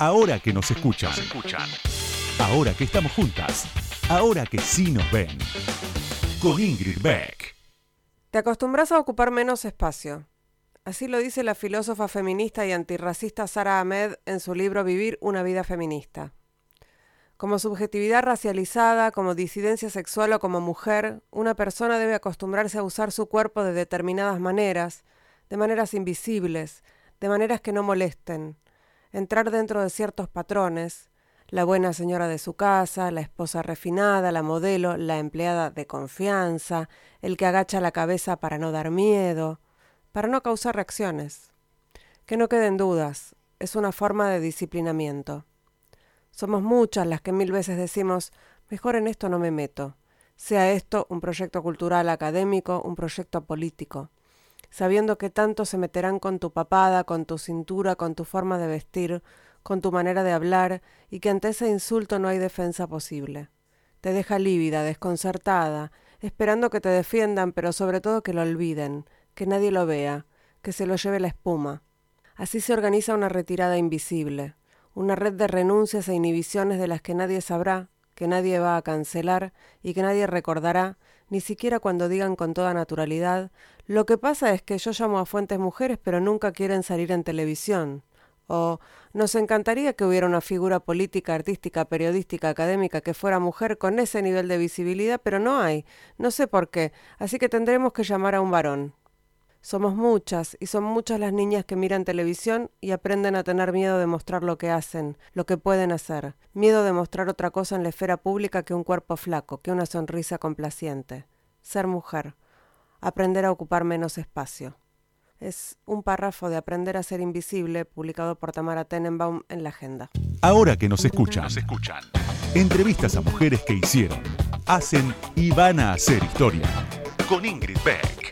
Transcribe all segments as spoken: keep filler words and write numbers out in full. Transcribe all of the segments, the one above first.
Ahora que nos escuchan. Ahora que estamos juntas. Ahora que sí nos ven. Con Ingrid Beck. Te acostumbras a ocupar menos espacio. Así lo dice la filósofa feminista y antirracista Sara Ahmed en su libro Vivir una vida feminista. Como subjetividad racializada, como disidencia sexual o como mujer, una persona debe acostumbrarse a usar su cuerpo de determinadas maneras, de maneras invisibles, de maneras que no molesten, entrar dentro de ciertos patrones, la buena señora de su casa, la esposa refinada, la modelo, la empleada de confianza, el que agacha la cabeza para no dar miedo, para no causar reacciones. Que no queden dudas, es una forma de disciplinamiento. Somos muchas las que mil veces decimos, mejor en esto no me meto, sea esto un proyecto cultural académico, un proyecto político, sabiendo que tanto se meterán con tu papada, con tu cintura, con tu forma de vestir, con tu manera de hablar, y que ante ese insulto no hay defensa posible. Te deja lívida, desconcertada, esperando que te defiendan, pero sobre todo que lo olviden, que nadie lo vea, que se lo lleve la espuma. Así se organiza una retirada invisible, una red de renuncias e inhibiciones de las que nadie sabrá, que nadie va a cancelar y que nadie recordará, ni siquiera cuando digan con toda naturalidad, lo que pasa es que yo llamo a fuentes mujeres pero nunca quieren salir en televisión. O nos encantaría que hubiera una figura política, artística, periodística, académica que fuera mujer con ese nivel de visibilidad, pero no hay, no sé por qué, así que tendremos que llamar a un varón. Somos muchas, y son muchas las niñas que miran televisión y aprenden a tener miedo de mostrar lo que hacen, lo que pueden hacer. Miedo de mostrar otra cosa en la esfera pública que un cuerpo flaco, que una sonrisa complaciente. Ser mujer. Aprender a ocupar menos espacio. Es un párrafo de Aprender a ser invisible, publicado por Tamara Tenenbaum en La Agenda. Ahora que nos escuchan. Nos escuchan. Entrevistas a mujeres que hicieron, hacen y van a hacer historia. Con Ingrid Beck.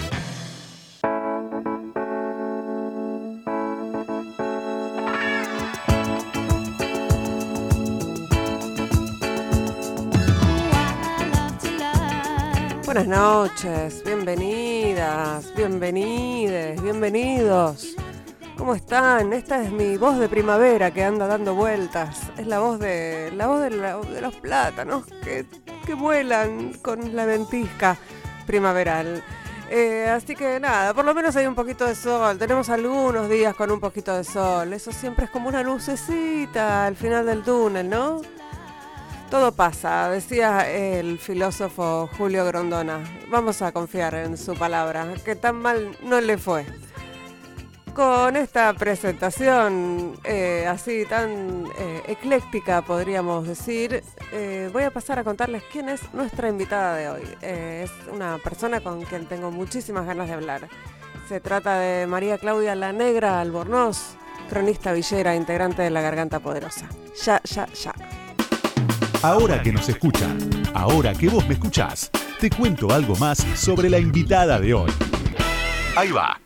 Buenas noches, bienvenidas, bienvenides, bienvenidos. ¿Cómo están? Esta es mi voz de primavera que anda dando vueltas. Es la voz de la voz de, la, de los plátanos que, que vuelan con la ventisca primaveral. Eh, así que nada, por lo menos hay un poquito de sol. Tenemos algunos días con un poquito de sol. Eso siempre es como una lucecita al final del túnel, ¿no? Todo pasa, decía el filósofo Julio Grondona. Vamos a confiar en su palabra, que tan mal no le fue. Con esta presentación eh, así tan eh, ecléctica, podríamos decir, eh, voy a pasar a contarles quién es nuestra invitada de hoy. Eh, es una persona con quien tengo muchísimas ganas de hablar. Se trata de María Claudia La Negra Albornoz, cronista villera, integrante de La Garganta Poderosa. Ya, ya, ya. Ahora que nos escuchan, ahora que vos me escuchás, te cuento algo más sobre la invitada de hoy. Ahí va.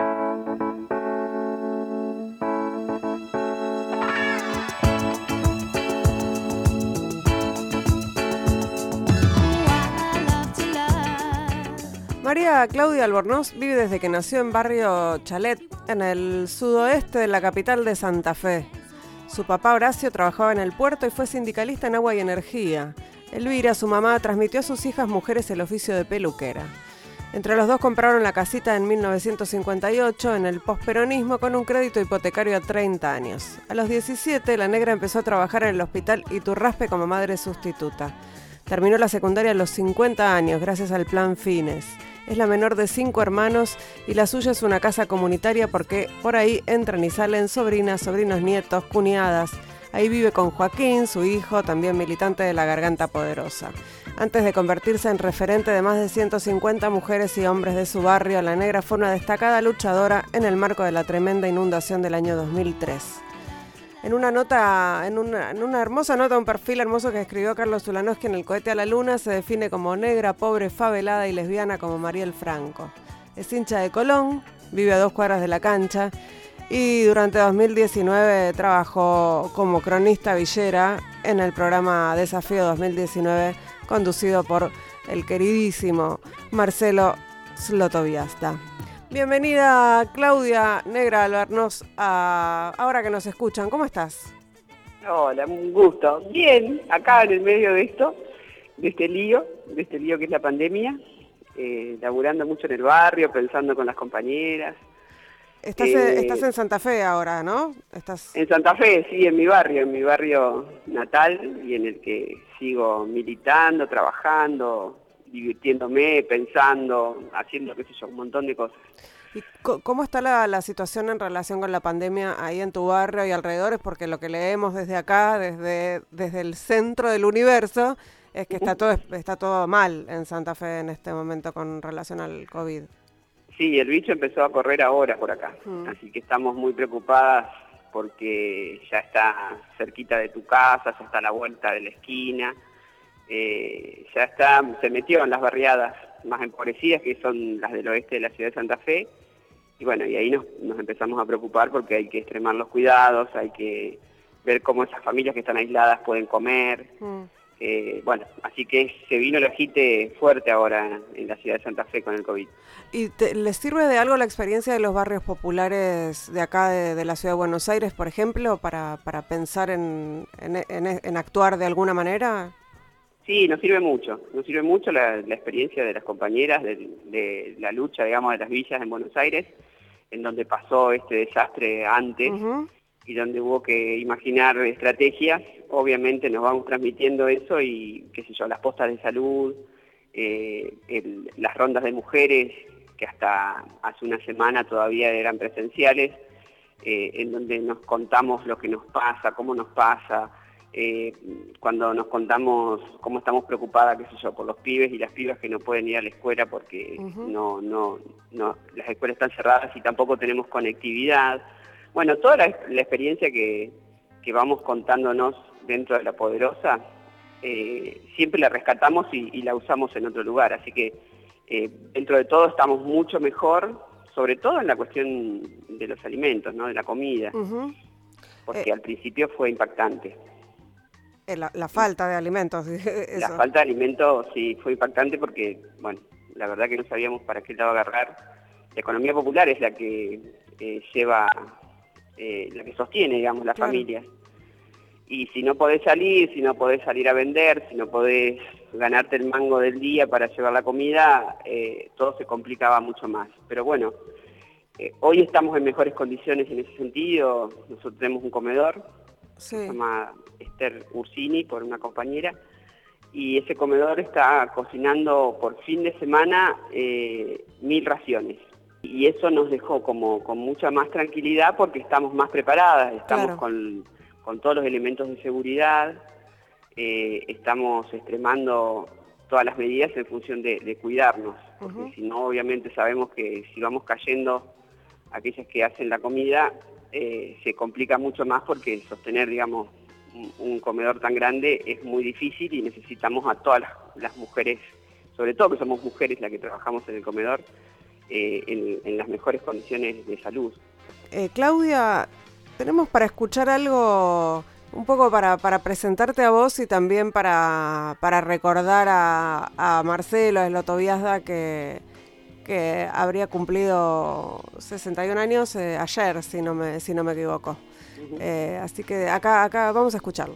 María Claudia Albornoz vive desde que nació en barrio Chalet, en el sudoeste de la capital de Santa Fe. Su papá Horacio trabajaba en el puerto y fue sindicalista en Agua y Energía. Elvira, su mamá, transmitió a sus hijas mujeres el oficio de peluquera. Entre los dos compraron la casita en mil novecientos cincuenta y ocho en el posperonismo con un crédito hipotecario a treinta años. A los diecisiete, la negra empezó a trabajar en el hospital Iturraspe como madre sustituta. Terminó la secundaria a los cincuenta años gracias al Plan Fines. Es la menor de cinco hermanos y la suya es una casa comunitaria porque por ahí entran y salen sobrinas, sobrinos, nietos, cuñadas. Ahí vive con Joaquín, su hijo, también militante de La Garganta Poderosa. Antes de convertirse en referente de más de ciento cincuenta mujeres y hombres de su barrio, la negra fue una destacada luchadora en el marco de la tremenda inundación del año dos mil tres. En una nota, en una, en una hermosa nota, un perfil hermoso que escribió Carlos Zulanowski en El cohete a la luna, se define como negra, pobre, favelada y lesbiana como Mariel Franco. Es hincha de Colón, vive a dos cuadras de la cancha y durante dos mil diecinueve trabajó como cronista villera en el programa Desafío dos mil diecinueve, conducido por el queridísimo Marcelo Slotoviasta. Bienvenida Claudia Negra Albarnoz a Ahora que nos escuchan. ¿Cómo estás? Hola, un gusto. Bien, acá en el medio de esto, de este lío, de este lío que es la pandemia, eh, laburando mucho en el barrio, pensando con las compañeras. Estás, eh, en, estás en Santa Fe ahora, ¿no? Estás... En Santa Fe, sí, en mi barrio, en mi barrio natal y en el que sigo militando, trabajando, divirtiéndome, pensando, haciendo, qué sé yo, un montón de cosas. ¿Y cómo está la, la situación en relación con la pandemia ahí en tu barrio y alrededores? Porque lo que leemos desde acá, desde, desde el centro del universo, es que está todo, está todo mal en Santa Fe en este momento con relación al COVID. Sí, el bicho empezó a correr ahora por acá, mm. así que estamos muy preocupadas porque ya está cerquita de tu casa, ya está a la vuelta de la esquina, eh, ya está, se metió en las barriadas más empobrecidas, que son las del oeste de la ciudad de Santa Fe, y bueno, y ahí nos, nos empezamos a preocupar porque hay que extremar los cuidados, hay que ver cómo esas familias que están aisladas pueden comer. Mm. Eh, bueno, así que se vino el agite fuerte ahora en la ciudad de Santa Fe con el COVID. ¿Y te, les sirve de algo la experiencia de los barrios populares de acá, de, de la ciudad de Buenos Aires, por ejemplo, para, para pensar en, en, en, en actuar de alguna manera? Sí, nos sirve mucho, nos sirve mucho la, la experiencia de las compañeras, de, de la lucha, digamos, de las villas en Buenos Aires, en donde pasó este desastre antes. Uh-huh. Y donde hubo que imaginar estrategias. Obviamente nos vamos transmitiendo eso y, qué sé yo, las postas de salud, eh, el, las rondas de mujeres, que hasta hace una semana todavía eran presenciales, eh, en donde nos contamos lo que nos pasa, cómo nos pasa, eh, cuando nos contamos cómo estamos preocupadas, qué sé yo, por los pibes y las pibas que no pueden ir a la escuela porque uh-huh. no, no, no, las escuelas están cerradas y tampoco tenemos conectividad. Bueno, toda la, la experiencia que, que vamos contándonos dentro de La Poderosa, eh, siempre la rescatamos y, y la usamos en otro lugar. Así que eh, dentro de todo estamos mucho mejor, sobre todo en la cuestión de los alimentos, ¿no? De la comida, uh-huh. porque eh, al principio fue impactante. La, la falta de alimentos. Eso. La falta de alimentos sí fue impactante porque, bueno, la verdad que no sabíamos para qué lado agarrar. La economía popular es la que eh, lleva... Eh, la que sostiene, digamos, las claro. familias. Y si no podés salir, si no podés salir a vender, si no podés ganarte el mango del día para llevar la comida, eh, todo se complicaba mucho más. Pero bueno, eh, hoy estamos en mejores condiciones en ese sentido. Nosotros tenemos un comedor, sí. se llama Esther Ursini, por una compañera, y ese comedor está cocinando por fin de semana eh, mil raciones. Y eso nos dejó como con mucha más tranquilidad porque estamos más preparadas, estamos claro. con, con todos los elementos de seguridad, eh, estamos extremando todas las medidas en función de, de cuidarnos, porque uh-huh. si no, obviamente sabemos que si vamos cayendo aquellas que hacen la comida, eh, se complica mucho más porque sostener, digamos, un, un comedor tan grande es muy difícil y necesitamos a todas las, las mujeres, sobre todo que somos mujeres las que trabajamos en el comedor, Eh, en, en las mejores condiciones de salud. Eh, Claudia, tenemos para escuchar algo un poco para, para presentarte a vos y también para, para recordar a, a Marcelo Slotoviazda que, que habría cumplido sesenta y un años eh, ayer, si no me, si no me equivoco. Uh-huh. Eh, así que acá, acá vamos a escucharlo.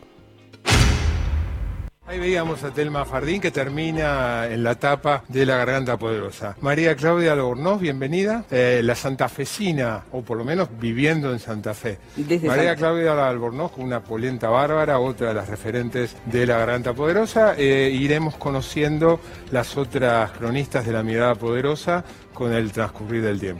Ahí veíamos a Telma Fardín, que termina en la tapa de La Garganta Poderosa. María Claudia Albornoz, bienvenida. Eh, la santafesina, o por lo menos viviendo en Santa Fe. Desde María Santa... Claudia Albornoz, con una polenta bárbara, otra de las referentes de La Garganta Poderosa. Eh, iremos conociendo las otras cronistas de La Mirada Poderosa con el transcurrir del tiempo.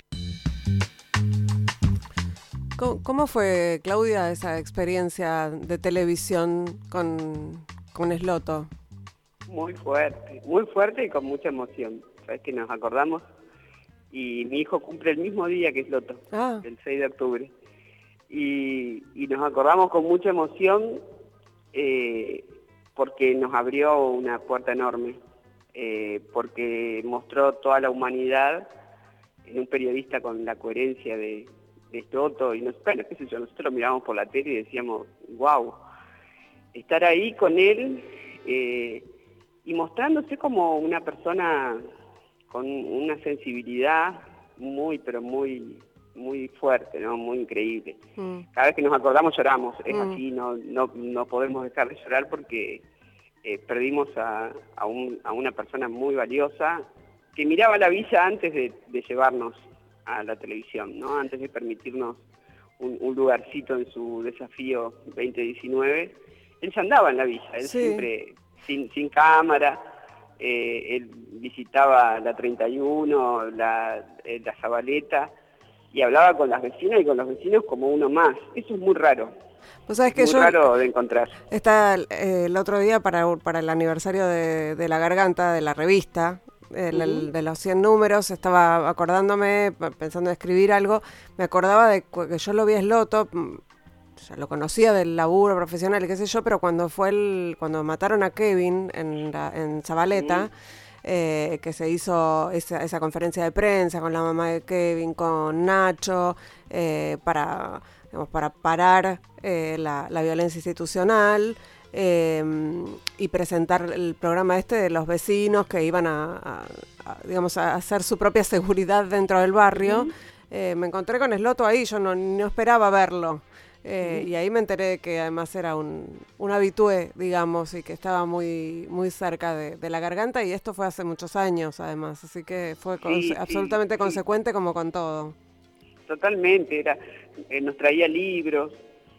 ¿Cómo fue, Claudia, esa experiencia de televisión con... con Sloto? Muy fuerte, muy fuerte y con mucha emoción. Sabes que nos acordamos y mi hijo cumple el mismo día que Sloto, ah. el seis de octubre. Y, y nos acordamos con mucha emoción eh, porque nos abrió una puerta enorme, eh, porque mostró toda la humanidad en un periodista con la coherencia de, de Sloto. Y nos, bueno, qué sé yo, nosotros lo mirábamos por la tele y decíamos, wow, estar ahí con él eh, y mostrándose como una persona con una sensibilidad muy, pero muy muy fuerte, ¿no? Muy increíble. Mm. Cada vez que nos acordamos lloramos, es Mm. así, no, no, no podemos dejar de llorar porque eh, perdimos a, a, un, a una persona muy valiosa que miraba la villa antes de, de llevarnos a la televisión, ¿no? Antes de permitirnos un, un lugarcito en su desafío veinte diecinueve. Él ya andaba en la villa, él Sí. siempre sin, sin cámara, eh, él visitaba la treinta y uno, la, eh, la Zabaleta, y hablaba con las vecinas y con los vecinos como uno más. Eso es muy raro. Pues sabes que muy yo raro de encontrar. está eh, el otro día para, para el aniversario de, de La Garganta, de la revista, el, el, de los cien números, estaba acordándome, pensando en escribir algo, me acordaba de que yo lo vi a Sloto, ya lo conocía del laburo profesional y qué sé yo, pero cuando fue el, cuando mataron a Kevin en, la, en Zabaleta, uh-huh. Eh, que se hizo esa, esa conferencia de prensa con la mamá de Kevin, con Nacho, eh, para, digamos, para parar eh, la, la violencia institucional eh, y presentar el programa este de los vecinos que iban a, a, a digamos, a hacer su propia seguridad dentro del barrio. Uh-huh. Eh, me encontré con Sloto ahí, yo no, no esperaba verlo. Eh, uh-huh. Y ahí me enteré de que además era un, un habitué, digamos, y que estaba muy muy cerca de, de La Garganta, y esto fue hace muchos años, además, así que fue con, sí, absolutamente sí, consecuente sí. como con todo. Totalmente, era eh, nos traía libros,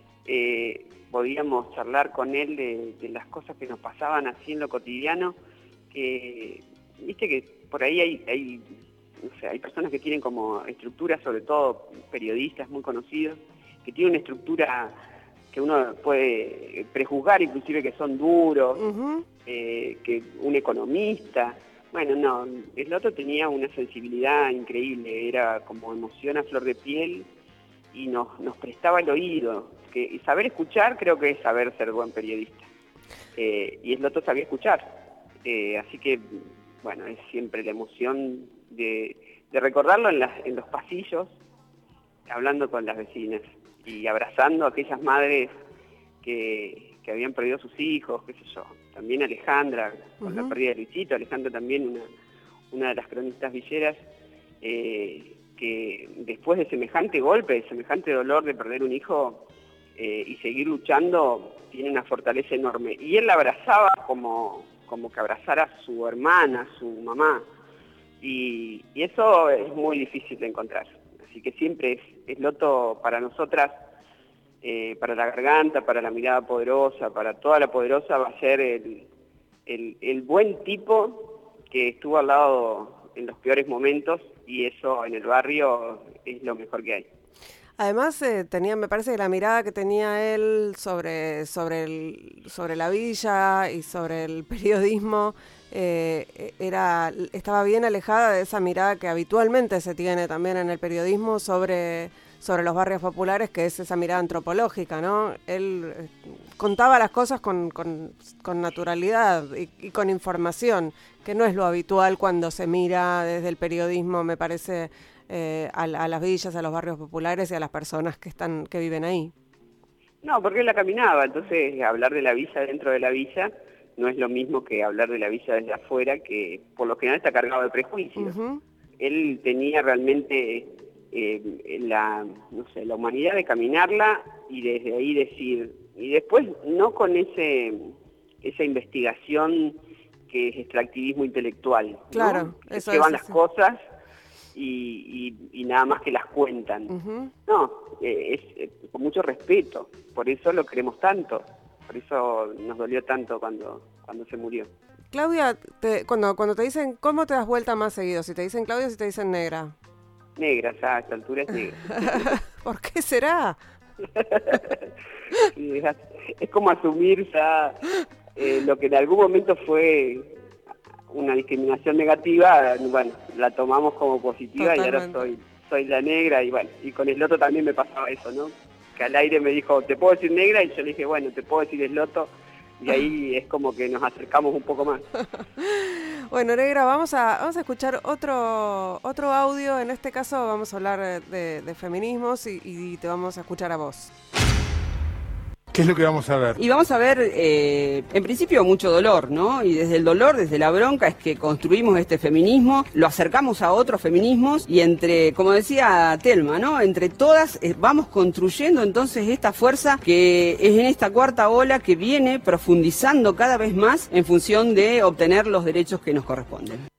eh, podíamos charlar con él de, de las cosas que nos pasaban así en lo cotidiano, que, viste que por ahí hay, hay, no sé, hay personas que tienen como estructuras, sobre todo periodistas muy conocidos, que tiene una estructura que uno puede prejuzgar, inclusive que son duros, uh-huh. eh, que un economista. Bueno, no, Sloto tenía una sensibilidad increíble, era como emoción a flor de piel y nos, nos prestaba el oído. Que, y saber escuchar creo que es saber ser buen periodista. Eh, y Sloto sabía escuchar. Eh, así que, bueno, es siempre la emoción de, de recordarlo en, las, en los pasillos, hablando con las vecinas y abrazando a aquellas madres que, que habían perdido a sus hijos, qué sé yo. También Alejandra, con uh-huh. la pérdida de Luisito, Alejandra también, una, una de las cronistas villeras, eh, que después de semejante golpe, de semejante dolor de perder un hijo eh, y seguir luchando, tiene una fortaleza enorme. Y él la abrazaba como, como que abrazara a su hermana, a su mamá, y, y eso es muy difícil de encontrar. Así que siempre es, es Sloto para nosotras, eh, para La Garganta, para La Mirada Poderosa, para toda La Poderosa, va a ser el, el, el buen tipo que estuvo al lado en los peores momentos, y eso en el barrio es lo mejor que hay. Además, eh, tenía, me parece que la mirada que tenía él sobre, sobre, el, sobre la villa y sobre el periodismo eh, era, estaba bien alejada de esa mirada que habitualmente se tiene también en el periodismo sobre, sobre los barrios populares, que es esa mirada antropológica, ¿no? Él eh, contaba las cosas con, con, con naturalidad y, y con información, que no es lo habitual cuando se mira desde el periodismo, me parece, eh, a, a las villas, a los barrios populares y a las personas que están que viven ahí. No, porque él la caminaba, entonces hablar de la villa dentro de la villa no es lo mismo que hablar de la villa desde afuera, que por lo general está cargado de prejuicios. Uh-huh. Él tenía realmente eh, la, no sé, la humanidad de caminarla y desde ahí decir, y después no con ese esa investigación que es extractivismo intelectual, claro, ¿no? Que eso llevan es, las sí. cosas y, y, y nada más que las cuentan. Uh-huh. No, eh, es eh, con mucho respeto, por eso lo queremos tanto. Por eso nos dolió tanto cuando, cuando se murió. Claudia, te, cuando, cuando te dicen, ¿cómo te das vuelta más seguido? Si te dicen Claudia o si te dicen negra. Negra, ya a esta altura es negra. ¿Por qué será? Sí, es, es como asumir ya eh, lo que en algún momento fue una discriminación negativa, bueno, la tomamos como positiva. Totalmente. Y ahora soy, soy la negra, y bueno, y con Sloto también me pasaba eso, ¿no? Que al aire me dijo, ¿te puedo decir negra? Y yo le dije, bueno, te puedo decir Sloto, y ahí es como que nos acercamos un poco más. Bueno, negra, vamos a vamos a escuchar otro otro audio. En este caso vamos a hablar de, de feminismos y, y te vamos a escuchar a vos. ¿Qué es lo que vamos a ver? Y vamos a ver, eh, en principio, mucho dolor, ¿no? Y desde el dolor, desde la bronca, es que construimos este feminismo, lo acercamos a otros feminismos y entre, como decía Telma, ¿no? Entre todas eh, vamos construyendo entonces esta fuerza que es en esta cuarta ola que viene profundizando cada vez más en función de obtener los derechos que nos corresponden.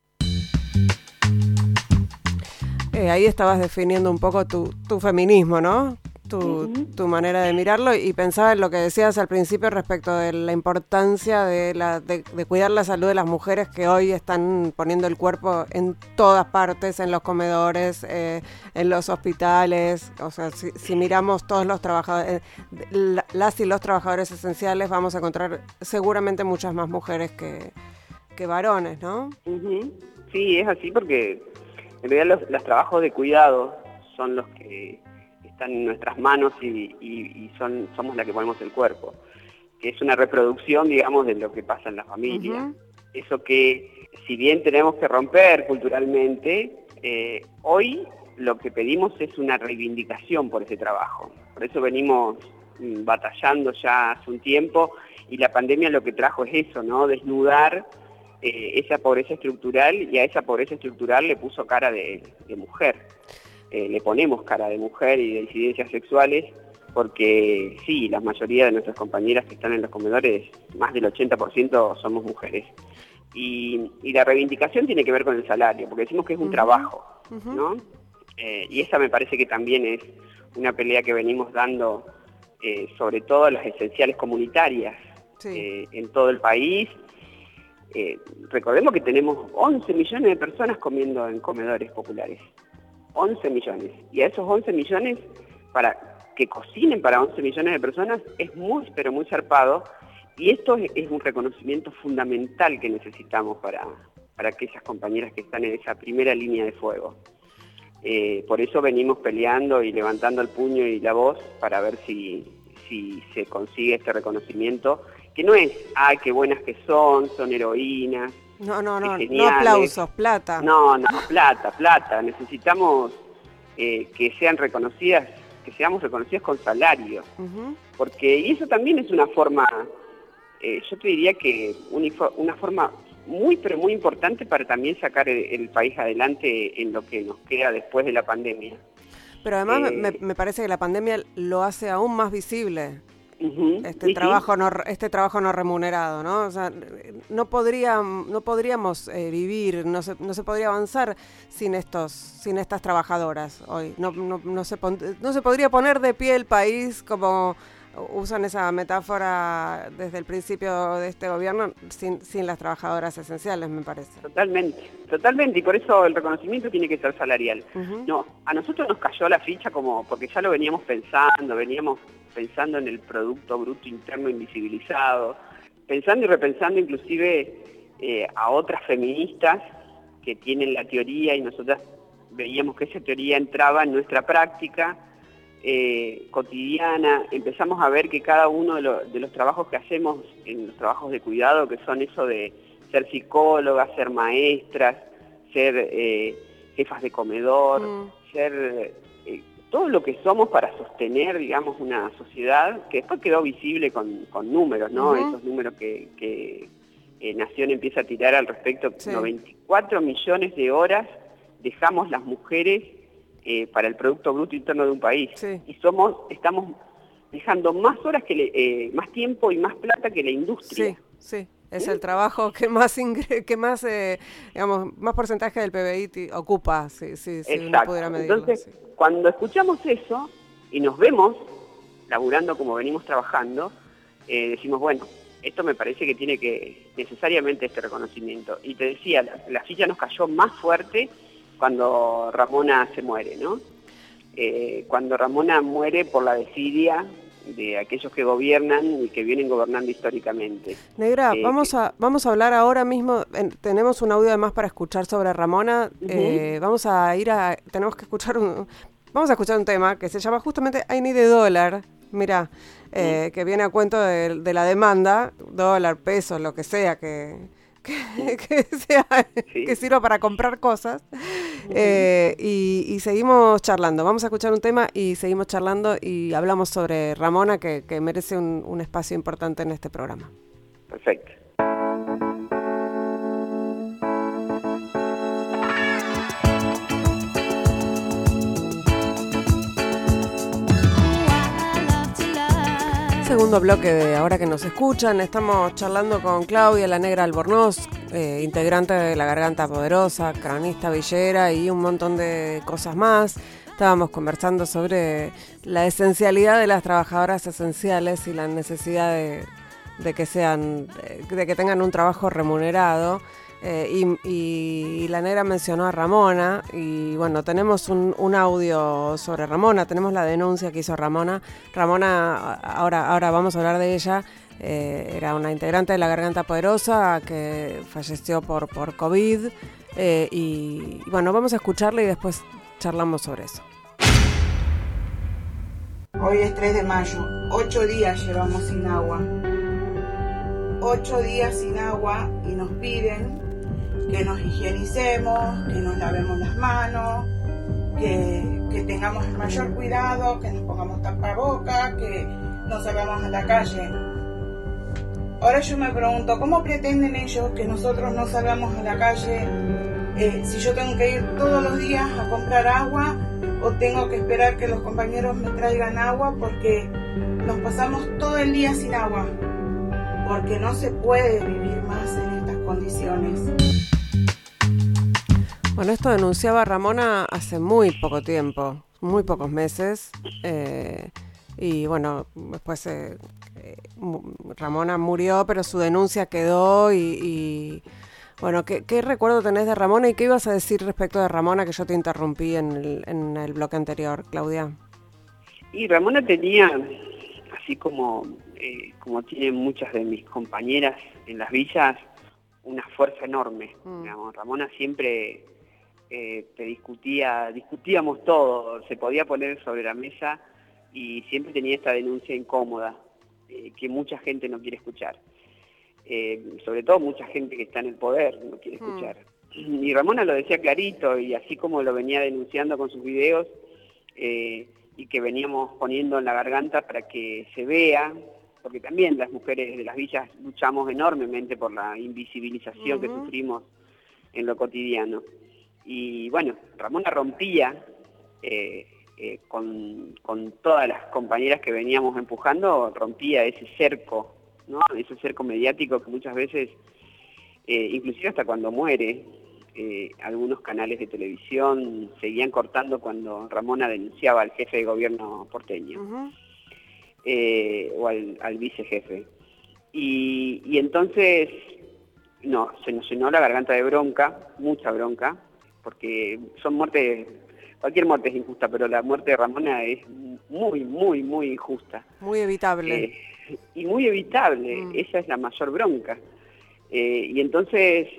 Eh, ahí estabas definiendo un poco tu, tu feminismo, ¿no? Tu, uh-huh. tu manera de mirarlo, y pensaba en lo que decías al principio respecto de la importancia de, la, de, de cuidar la salud de las mujeres que hoy están poniendo el cuerpo en todas partes, en los comedores, eh, en los hospitales. O sea, si, si miramos todos los trabajadores, eh, las y los trabajadores esenciales, vamos a encontrar seguramente muchas más mujeres que, que varones, ¿no? Uh-huh. Sí, es así porque en realidad los, los trabajos de cuidado son los que están en nuestras manos y, y, y son somos la que ponemos el cuerpo, que es una reproducción, digamos, de lo que pasa en la familia. Uh-huh. Eso que, si bien tenemos que romper culturalmente, eh, hoy lo que pedimos es una reivindicación por ese trabajo. Por eso venimos mm, batallando ya hace un tiempo, y la pandemia lo que trajo es eso, ¿no? Desnudar eh, esa pobreza estructural, y a esa pobreza estructural le puso cara de, de mujer. Eh, le ponemos cara de mujer y de disidencias sexuales, porque sí, la mayoría de nuestras compañeras que están en los comedores, más del ochenta por ciento somos mujeres. Y, y la reivindicación tiene que ver con el salario, porque decimos que es un uh-huh. trabajo, uh-huh. ¿no? Eh, y esa me parece que también es una pelea que venimos dando, eh, sobre todo las esenciales comunitarias, sí. eh, en todo el país. Eh, recordemos que tenemos once millones de personas comiendo en comedores populares. once millones. Y a esos once millones, para que cocinen para once millones de personas, es muy, pero muy zarpado. Y esto es, es un reconocimiento fundamental que necesitamos para, para aquellas compañeras que están en esa primera línea de fuego. Eh, por eso venimos peleando y levantando el puño y la voz para ver si, si se consigue este reconocimiento, que no es, ay, qué buenas que son, son heroínas. No, no, no, no aplausos, plata. No, no, plata, plata. Necesitamos eh, que sean reconocidas, que seamos reconocidas con salario. Uh-huh. Porque, y eso también es una forma, eh, yo te diría que una, una forma muy, pero muy importante para también sacar el, el país adelante en lo que nos queda después de la pandemia. Pero además eh, me, me parece que la pandemia lo hace aún más visible. Uh-huh. Este sí, trabajo sí. no este trabajo no remunerado, ¿no? O sea, no podría no podríamos eh, vivir, no se no se podría avanzar sin estos sin estas trabajadoras hoy. No no no se pon, no se podría poner de pie el país, como usan esa metáfora desde el principio de este gobierno, sin sin las trabajadoras esenciales, me parece. Totalmente, totalmente, y por eso el reconocimiento tiene que ser salarial. Uh-huh. No, a nosotros nos cayó la ficha como porque ya lo veníamos pensando, veníamos pensando en el Producto Bruto Interno invisibilizado, pensando y repensando inclusive eh, a otras feministas que tienen la teoría, y nosotras veíamos que esa teoría entraba en nuestra práctica eh, cotidiana. Empezamos a ver que cada uno de, lo, de los trabajos que hacemos en los trabajos de cuidado, que son eso de ser psicólogas, ser maestras, ser eh, jefas de comedor, mm. ser... Eh, todo lo que somos para sostener, digamos, una sociedad que después quedó visible con, con números, ¿no? Uh-huh. Esos números que, que eh, Nación empieza a tirar al respecto. Sí. noventa y cuatro millones de horas dejamos las mujeres eh, para el Producto Bruto Interno de un país. Sí. Y somos estamos dejando más horas, que le, eh, más tiempo y más plata que la industria. Sí, sí. Es ¿Sí? el trabajo que más ingre- que más eh, digamos más porcentaje del P B I t- ocupa, si sí, sí, sí, uno pudiera medirlo. Entonces, sí. cuando escuchamos eso y nos vemos laburando como venimos trabajando, eh, decimos, bueno, esto me parece que tiene que necesariamente este reconocimiento. Y te decía, la, la ficha nos cayó más fuerte cuando Ramona se muere, ¿no? Eh, cuando Ramona muere por la desidia de aquellos que gobiernan y que vienen gobernando históricamente. Negra, eh, vamos que... a vamos a hablar ahora mismo, en, tenemos un audio además para escuchar sobre Ramona, uh-huh. eh, vamos a ir a, tenemos que escuchar un, vamos a escuchar un tema que se llama justamente I Need a Dollar, mira, eh, uh-huh. que viene a cuento de, de la demanda, dólar, pesos, lo que sea que, que, que, sea, sí. que sirva para comprar cosas. Eh, y, y seguimos charlando. Vamos a escuchar un tema y seguimos charlando y hablamos sobre Ramona, que, que merece un, un espacio importante en este programa. Perfecto. Segundo bloque de Ahora que nos escuchan, estamos charlando con Claudia La Negra Albornoz, eh, integrante de La Garganta Poderosa, cronista villera y un montón de cosas más. Estábamos conversando sobre la esencialidad de las trabajadoras esenciales y la necesidad de, de que sean, de que tengan un trabajo remunerado. Eh, y, y, y La Negra mencionó a Ramona y bueno, tenemos un, un audio sobre Ramona, tenemos la denuncia que hizo Ramona. Ramona, ahora, ahora vamos a hablar de ella, eh, era una integrante de La Garganta Poderosa que falleció por, por COVID eh, y, y bueno, vamos a escucharla y después charlamos sobre eso. Hoy es tres de mayo, ocho días llevamos sin agua, ocho días sin agua y nos piden que nos higienicemos, que nos lavemos las manos, que, que tengamos el mayor cuidado, que nos pongamos tapabocas, que no salgamos a la calle. Ahora yo me pregunto, ¿cómo pretenden ellos que nosotros no salgamos a la calle eh, si yo tengo que ir todos los días a comprar agua o tengo que esperar que los compañeros me traigan agua porque nos pasamos todo el día sin agua? Porque no se puede vivir más en estas condiciones. Bueno, esto denunciaba Ramona hace muy poco tiempo, muy pocos meses, eh, y bueno, después eh, eh, Ramona murió, pero su denuncia quedó y, y bueno, ¿qué, ¿qué recuerdo tenés de Ramona y qué ibas a decir respecto de Ramona que yo te interrumpí en el, en el bloque anterior, Claudia? Y Ramona tenía, así como, eh, como tienen muchas de mis compañeras en las villas, una fuerza enorme. Mm. Digamos, Ramona siempre eh, te discutía, discutíamos todo, se podía poner sobre la mesa y siempre tenía esta denuncia incómoda eh, que mucha gente no quiere escuchar. Eh, sobre todo mucha gente que está en el poder no quiere escuchar. Mm. Y Ramona lo decía clarito y así como lo venía denunciando con sus videos eh, y que veníamos poniendo en La Garganta para que se vea, porque también las mujeres de las villas luchamos enormemente por la invisibilización uh-huh. que sufrimos en lo cotidiano. Y bueno, Ramona rompía eh, eh, con, con todas las compañeras que veníamos empujando, rompía ese cerco, ¿no? Ese cerco mediático que muchas veces, eh, inclusive hasta cuando muere, eh, algunos canales de televisión seguían cortando cuando Ramona denunciaba al jefe de gobierno porteño. Uh-huh. Eh, o al, al vicejefe. Y, y entonces, no, se nos llenó la garganta de bronca, mucha bronca, porque son muertes, cualquier muerte es injusta, pero la muerte de Ramona es muy, muy, muy injusta. Muy evitable. Eh, y muy evitable, mm. esa es la mayor bronca. Eh, y entonces,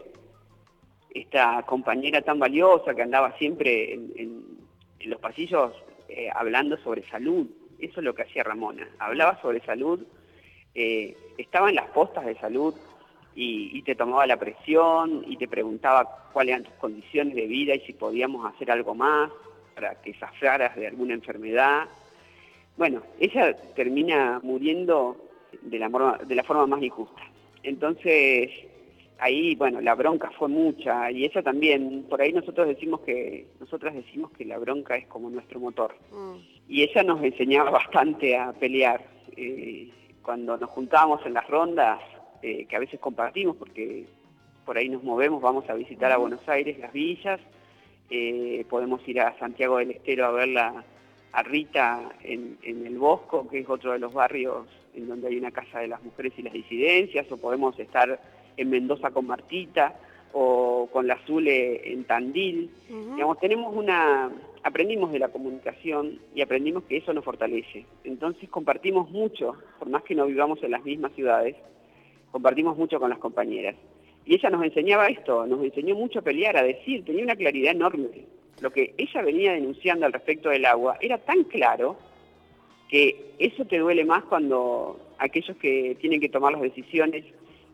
esta compañera tan valiosa que andaba siempre en, en, en los pasillos eh, hablando sobre salud, eso es lo que hacía Ramona, hablaba sobre salud, eh, estaba en las postas de salud y, y te tomaba la presión y te preguntaba cuáles eran tus condiciones de vida y si podíamos hacer algo más para que zafaras de alguna enfermedad. Bueno, ella termina muriendo de la, de la forma más injusta. Entonces, ahí, bueno, la bronca fue mucha y ella también, por ahí nosotros decimos que, nosotras decimos que la bronca es como nuestro motor. Mm. Y ella nos enseñaba bastante a pelear. Eh, cuando nos juntábamos en las rondas, eh, que a veces compartimos porque por ahí nos movemos, vamos a visitar a Buenos Aires, las villas, eh, podemos ir a Santiago del Estero a verla a Rita en, en el Bosco, que es otro de los barrios en donde hay una casa de las mujeres y las disidencias, o podemos estar en Mendoza con Martita, o con la Zule en Tandil. Uh-huh. Digamos, tenemos una, aprendimos de la comunicación y aprendimos que eso nos fortalece. Entonces compartimos mucho, por más que no vivamos en las mismas ciudades, compartimos mucho con las compañeras. Y ella nos enseñaba esto, nos enseñó mucho a pelear, a decir, tenía una claridad enorme. Lo que ella venía denunciando al respecto del agua era tan claro que eso te duele más cuando aquellos que tienen que tomar las decisiones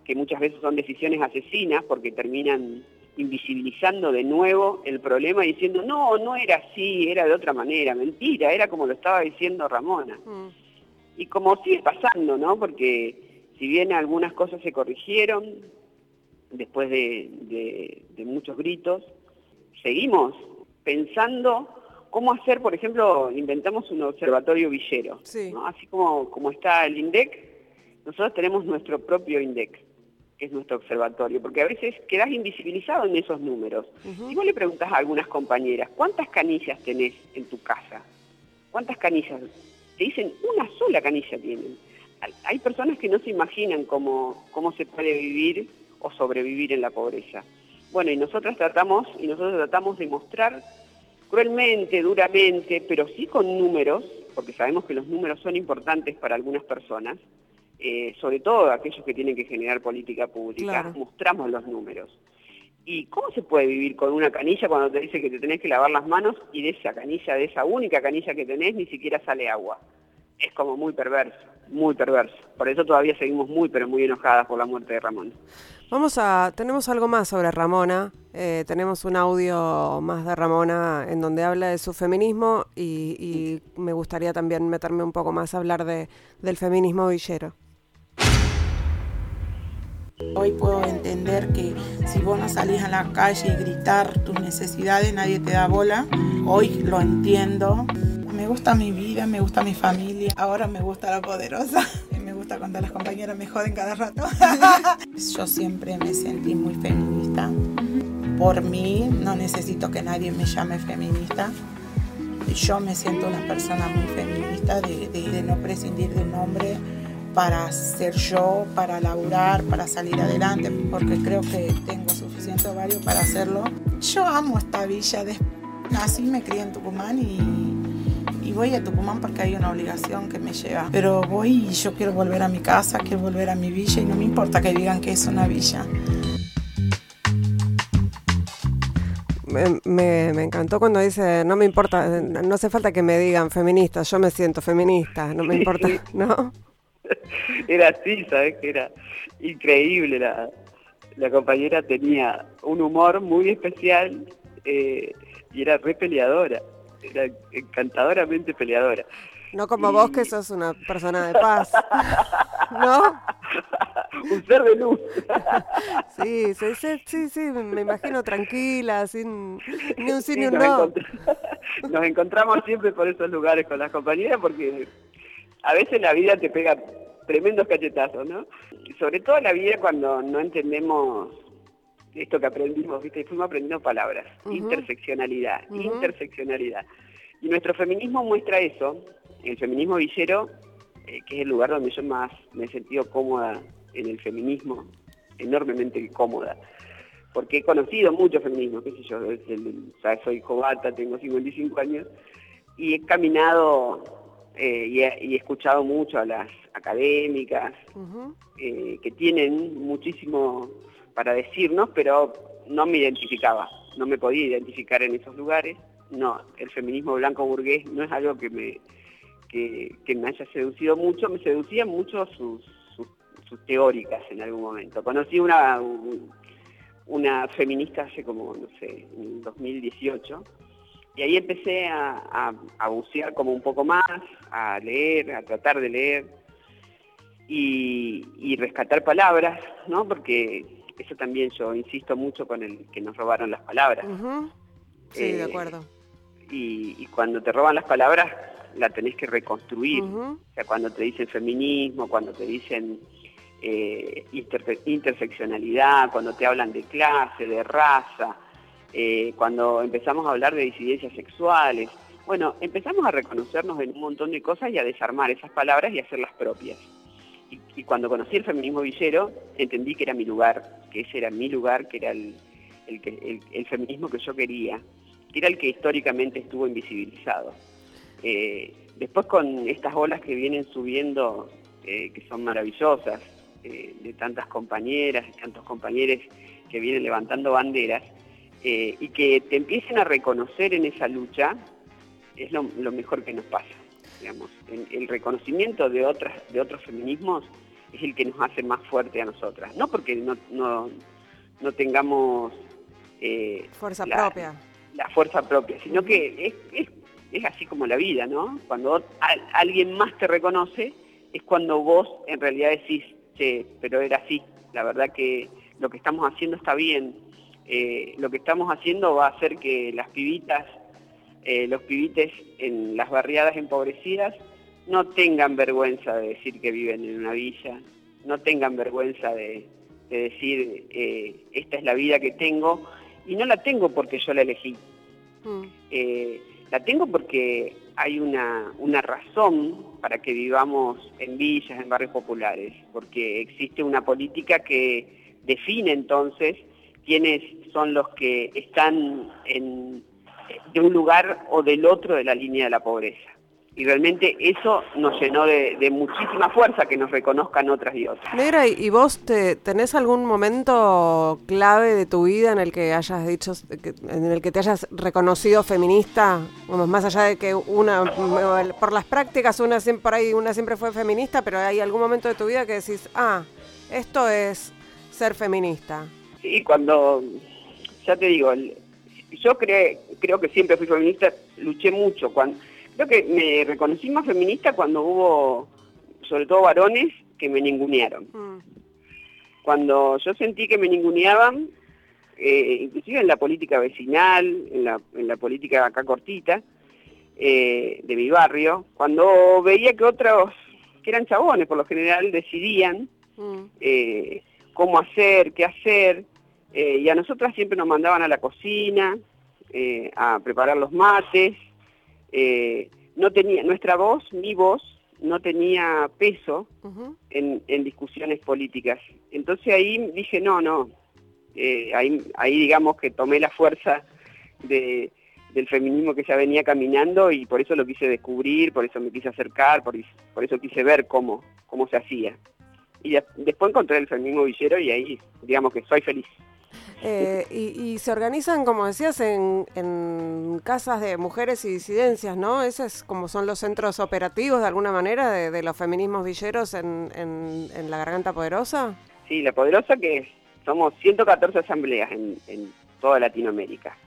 que muchas veces son decisiones asesinas porque terminan invisibilizando de nuevo el problema y diciendo, no, no era así, era de otra manera, mentira, era como lo estaba diciendo Ramona. Mm. Y como sigue pasando, ¿no? Porque si bien algunas cosas se corrigieron después de, de, de muchos gritos, seguimos pensando cómo hacer, por ejemplo, inventamos un observatorio villero, sí. ¿no? Así como, como está el INDEC, nosotros tenemos nuestro propio INDEC, que es nuestro observatorio, porque a veces quedás invisibilizado en esos números. Uh-huh. Si vos le preguntás a algunas compañeras, ¿cuántas canillas tenés en tu casa? ¿Cuántas canillas? Te dicen, una sola canilla tienen. Hay personas que no se imaginan cómo, cómo se puede vivir o sobrevivir en la pobreza. Bueno, y nosotros tratamos, y nosotros tratamos de mostrar cruelmente, duramente, pero sí con números, porque sabemos que los números son importantes para algunas personas, Eh, sobre todo aquellos que tienen que generar política pública, claro. Mostramos los números. ¿Y cómo se puede vivir con una canilla cuando te dice que te tenés que lavar las manos y de esa canilla, de esa única canilla que tenés, ni siquiera sale agua? Es como muy perverso, muy perverso. Por eso todavía seguimos muy, pero muy enojadas por la muerte de Ramona. Vamos a, tenemos algo más sobre Ramona, eh, tenemos un audio más de Ramona en donde habla de su feminismo y, y me gustaría también meterme un poco más a hablar de, del feminismo villero. Hoy puedo entender que si vos no salís a la calle y gritar tus necesidades, nadie te da bola. Hoy lo entiendo. Me gusta mi vida, me gusta mi familia. Ahora me gusta la poderosa. Me gusta cuando las compañeras me joden cada rato. Yo siempre me sentí muy feminista. Por mí, no necesito que nadie me llame feminista. Yo me siento una persona muy feminista de, de, de no prescindir de un hombre para ser yo, para laburar, para salir adelante, porque creo que tengo suficiente ovario para hacerlo. Yo amo esta villa, de... nací y me crié en Tucumán y, y voy a Tucumán porque hay una obligación que me lleva. Pero voy y yo quiero volver a mi casa, quiero volver a mi villa y no me importa que digan que es una villa. Me, me, me encantó cuando dice, no me importa, no hace falta que me digan feminista, yo me siento feminista, no me importa, ¿no? Era así, ¿sabes? Que era increíble. La, la compañera tenía un humor muy especial eh, y era re peleadora, era encantadoramente peleadora. No como y... vos que sos una persona de paz, ¿no? Un ser de luz. Sí, sí, sí, sí, sí, me imagino tranquila, sin ni un sí, sí ni un nos no. Encontr- nos encontramos siempre por esos lugares con las compañeras porque a veces la vida te pega tremendos cachetazos, ¿no? Sobre todo la vida cuando no entendemos esto que aprendimos, ¿viste? Fuimos aprendiendo palabras, uh-huh. interseccionalidad, uh-huh. interseccionalidad. Y nuestro feminismo muestra eso, el feminismo villero, eh, que es el lugar donde yo más me he sentido cómoda en el feminismo, enormemente cómoda, porque he conocido mucho feminismo, qué sé yo, desde el, ¿sabes? Soy jovata, tengo cincuenta y cinco años, y he caminado eh, y, he, y he escuchado mucho a las académicas, uh-huh. eh, que tienen muchísimo para decirnos, pero no me identificaba, no me podía identificar en esos lugares. No, el feminismo blanco burgués no es algo que me que, que me haya seducido mucho, me seducían mucho sus, sus, sus teóricas en algún momento. Conocí una, una feminista hace como, no sé, en dos mil dieciocho, y ahí empecé a, a, a bucear como un poco más, a leer, a tratar de leer, y, y rescatar palabras, ¿no? Porque eso también yo insisto mucho con el que nos robaron las palabras. Uh-huh. Sí, eh, de acuerdo. Y, y cuando te roban las palabras, la tenés que reconstruir. Uh-huh. O sea, cuando te dicen feminismo, cuando te dicen eh, inter- interseccionalidad, cuando te hablan de clase, de raza, eh, cuando empezamos a hablar de disidencias sexuales. Bueno, empezamos a reconocernos en un montón de cosas y a desarmar esas palabras y hacerlas propias. Y, y cuando conocí el feminismo villero, entendí que era mi lugar, que ese era mi lugar, que era el, el, el, el feminismo que yo quería, que era el que históricamente estuvo invisibilizado. Eh, después con estas olas que vienen subiendo, eh, que son maravillosas, eh, de tantas compañeras, de tantos compañeros que vienen levantando banderas, eh, y que te empiecen a reconocer en esa lucha, es lo, lo mejor que nos pasa. Digamos, el, el reconocimiento de otras de otros feminismos es el que nos hace más fuerte a nosotras. No porque no, no, no tengamos eh, fuerza la, propia. La fuerza propia, sino que es, es, es así como la vida, ¿no? Cuando a, alguien más te reconoce, es cuando vos en realidad decís, che, pero era así, la verdad que lo que estamos haciendo está bien, eh, lo que estamos haciendo va a hacer que las pibitas, eh, los pibites en las barriadas empobrecidas no tengan vergüenza de decir que viven en una villa, no tengan vergüenza de, de decir, eh, esta es la vida que tengo, y no la tengo porque yo la elegí. Mm. Eh, la tengo porque hay una, una razón para que vivamos en villas, en barrios populares, porque existe una política que define entonces quiénes son los que están en, de un lugar o del otro de la línea de la pobreza. Y realmente eso nos llenó de, de muchísima fuerza que nos reconozcan otras y otras. Negra, ¿y vos te, tenés algún momento clave de tu vida en el que hayas dicho, en el que te hayas reconocido feminista? Vamos, más allá de que una, por las prácticas, una siempre, por ahí una siempre fue feminista, pero hay algún momento de tu vida que decís, ah, esto es ser feminista. Sí, cuando, ya te digo, yo creo, creo que siempre fui feminista, luché mucho, cuando... Creo que me reconocí más feminista cuando hubo, sobre todo varones, que me ningunearon. Mm. Cuando yo sentí que me ninguneaban, eh, inclusive en la política vecinal, en la, en la política acá cortita, eh, de mi barrio, cuando veía que otros, que eran chabones por lo general, decidían mm. eh, cómo hacer, qué hacer, eh, y a nosotras siempre nos mandaban a la cocina, eh, a preparar los mates. Eh, no tenía, nuestra voz, mi voz, no tenía peso uh-huh. en, en discusiones políticas. Entonces ahí dije, no, no, eh, ahí, ahí digamos que tomé la fuerza de, del feminismo que ya venía caminando y por eso lo quise descubrir, por eso me quise acercar, por, por eso quise ver cómo, cómo se hacía. Y de, después encontré el feminismo villero y ahí digamos que soy feliz. Eh, y, y se organizan, como decías, en, en casas de mujeres y disidencias, ¿no? Esos es como son los centros operativos, de alguna manera, de, de los feminismos villeros en, en, en la Garganta Poderosa. Sí, La Poderosa, que somos ciento catorce asambleas en, en toda Latinoamérica.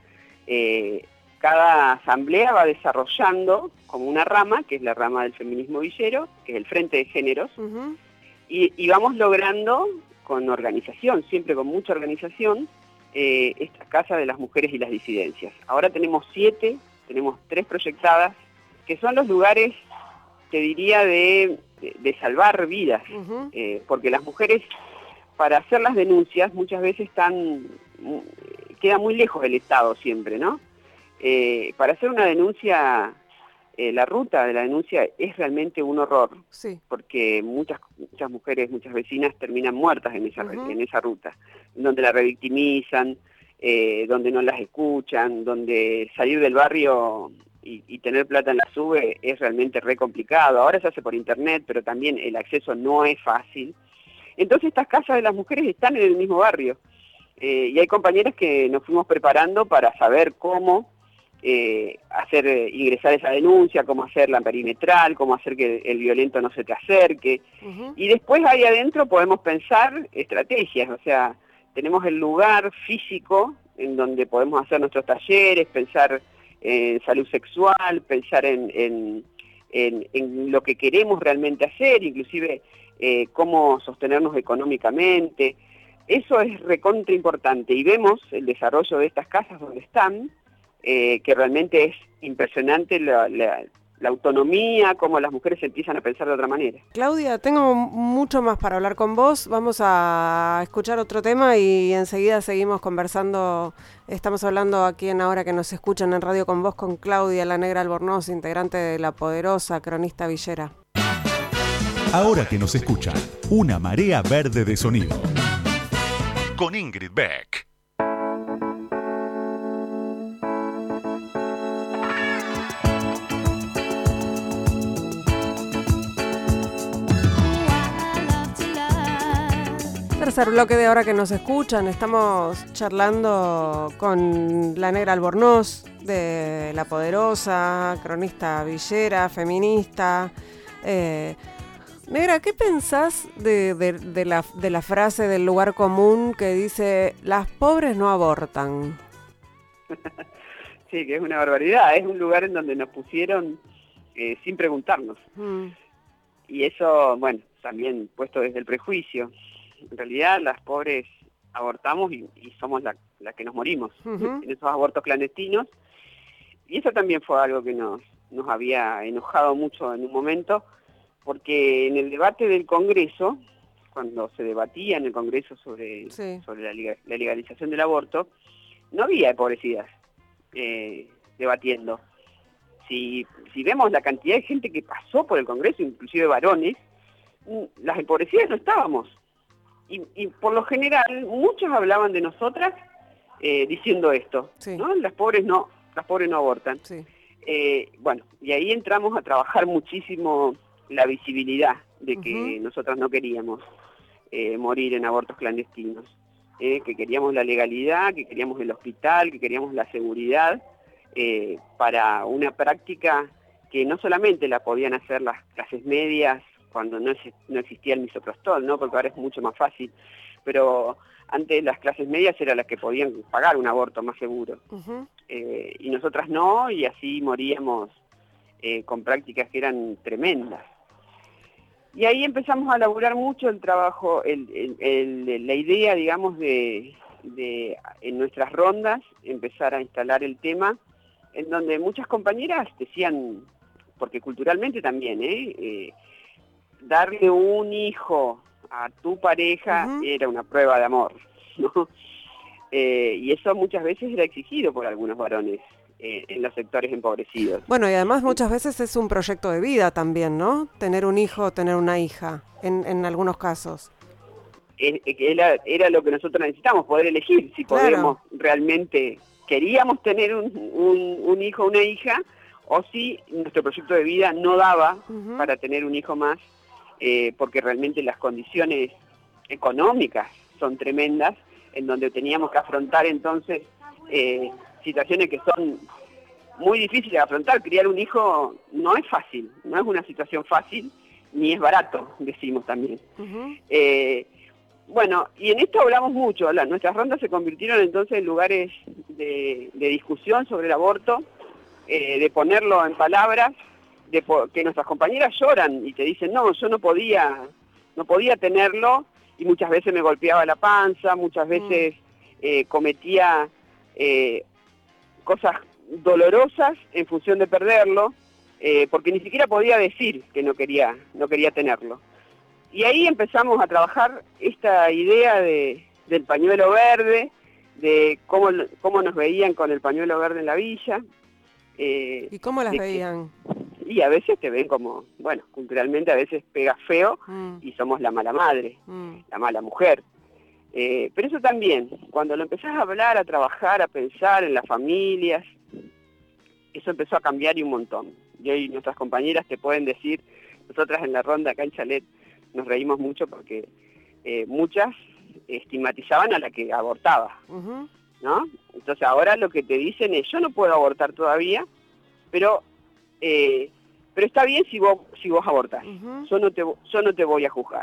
Eh, cada asamblea va desarrollando como una rama, que es la rama del feminismo villero, que es el Frente de Géneros, uh-huh. y, y vamos logrando, con organización, siempre con mucha organización, Eh, estas casas de las mujeres y las disidencias. Ahora tenemos siete, tenemos tres proyectadas, que son los lugares, te diría, de, de, de salvar vidas, uh-huh. eh, porque las mujeres, para hacer las denuncias, muchas veces están, queda muy lejos del Estado siempre, ¿no? Eh, para hacer una denuncia, eh, la ruta de la denuncia es realmente un horror, sí. porque muchas muchas mujeres, muchas vecinas terminan muertas en esa, uh-huh. en esa ruta, donde la revictimizan, eh, donde no las escuchan, donde salir del barrio y, y tener plata en la sube es realmente re complicado. Ahora se hace por internet, pero también el acceso no es fácil. Entonces estas casas de las mujeres están en el mismo barrio, eh, y hay compañeras que nos fuimos preparando para saber cómo Eh, hacer eh, ingresar esa denuncia, cómo hacerla perimetral, cómo hacer que el, el violento no se te acerque. Uh-huh. Y después ahí adentro podemos pensar estrategias, o sea, tenemos el lugar físico en donde podemos hacer nuestros talleres, pensar en salud sexual, pensar en, en, en, en lo que queremos realmente hacer, inclusive eh, cómo sostenernos económicamente. Eso es recontra importante y vemos el desarrollo de estas casas donde están, Eh, que realmente es impresionante la, la, la autonomía, cómo las mujeres se empiezan a pensar de otra manera. Claudia, tengo mucho más para hablar con vos, vamos a escuchar otro tema y enseguida seguimos conversando. Estamos hablando aquí en Ahora que nos escuchan en Radio con Vos con Claudia La Negra Albornoz, integrante de La Poderosa, cronista villera. Ahora que nos escuchan, una marea verde de sonido. Con Ingrid Beck. Tercer bloque de Ahora que nos escuchan, estamos charlando con La Negra Albornoz de La Poderosa, cronista villera, feminista. Eh, Negra, ¿qué pensás de, de, de, la, de la frase del lugar común que dice, las pobres no abortan? Sí, que es una barbaridad. Es un lugar en donde nos pusieron eh, sin preguntarnos. Mm. Y eso, bueno, también puesto desde el prejuicio. En realidad las pobres abortamos y, y somos la, la que nos morimos uh-huh. en esos abortos clandestinos. Y eso también fue algo que nos, nos había enojado mucho en un momento, porque en el debate del Congreso, cuando se debatía en el Congreso sobre, sí. sobre la, la legalización del aborto, no había empobrecidas eh, debatiendo. Si, si vemos la cantidad de gente que pasó por el Congreso, inclusive varones, las empobrecidas no estábamos. Y, y por lo general, muchos hablaban de nosotras eh, diciendo esto, sí. ¿no? Las pobres no, las pobres no abortan. Sí. Eh, bueno, y ahí entramos a trabajar muchísimo la visibilidad de que uh-huh. nosotras no queríamos eh, morir en abortos clandestinos, eh, que queríamos la legalidad, que queríamos el hospital, que queríamos la seguridad, eh, para una práctica que no solamente la podían hacer las clases medias cuando no, no existía el misoprostol, ¿no? Porque ahora es mucho más fácil, pero antes las clases medias eran las que podían pagar un aborto más seguro, uh-huh. eh, y nosotras no, y así moríamos eh, con prácticas que eran tremendas. Y ahí empezamos a elaborar mucho el trabajo, el, el, el, la idea, digamos, de, de en nuestras rondas empezar a instalar el tema, en donde muchas compañeras decían, porque culturalmente también, ¿eh? eh darle un hijo a tu pareja uh-huh. era una prueba de amor, ¿no? Eh, y eso muchas veces era exigido por algunos varones eh, en los sectores empobrecidos. Bueno, y además muchas veces es un proyecto de vida también, ¿no? Tener un hijo o tener una hija, en, en algunos casos. Eh, era, era lo que nosotros necesitamos, poder elegir si claro. podemos realmente, queríamos tener un, un, un hijo o una hija, o si nuestro proyecto de vida no daba uh-huh. para tener un hijo más, eh, porque realmente las condiciones económicas son tremendas, en donde teníamos que afrontar entonces eh, situaciones que son muy difíciles de afrontar. Criar un hijo no es fácil, no es una situación fácil, ni es barato, decimos también. Uh-huh. Eh, bueno, y en esto hablamos mucho, la, nuestras rondas se convirtieron entonces en lugares de, de discusión sobre el aborto, eh, de ponerlo en palabras, de po- que nuestras compañeras lloran y te dicen, no, yo no podía, no podía tenerlo, y muchas veces me golpeaba la panza, muchas veces eh, cometía eh, cosas dolorosas en función de perderlo, eh, porque ni siquiera podía decir que no quería, no quería tenerlo. Y ahí empezamos a trabajar esta idea de, del pañuelo verde, de cómo, cómo nos veían con el pañuelo verde en la villa. Eh, ¿Y cómo las veían? Que, y a veces te ven como, bueno, culturalmente a veces pega feo mm. y somos la mala madre, mm. la mala mujer. Eh, pero eso también, cuando lo empezás a hablar, a trabajar, a pensar en las familias, eso empezó a cambiar y un montón. Y hoy nuestras compañeras te pueden decir, nosotras en la ronda acá en Chalet nos reímos mucho porque eh, muchas estigmatizaban a la que abortaba, uh-huh. ¿no? Entonces ahora lo que te dicen es, yo no puedo abortar todavía, pero eh, pero está bien si vos si vos abortás, uh-huh. yo no te yo no te voy a juzgar.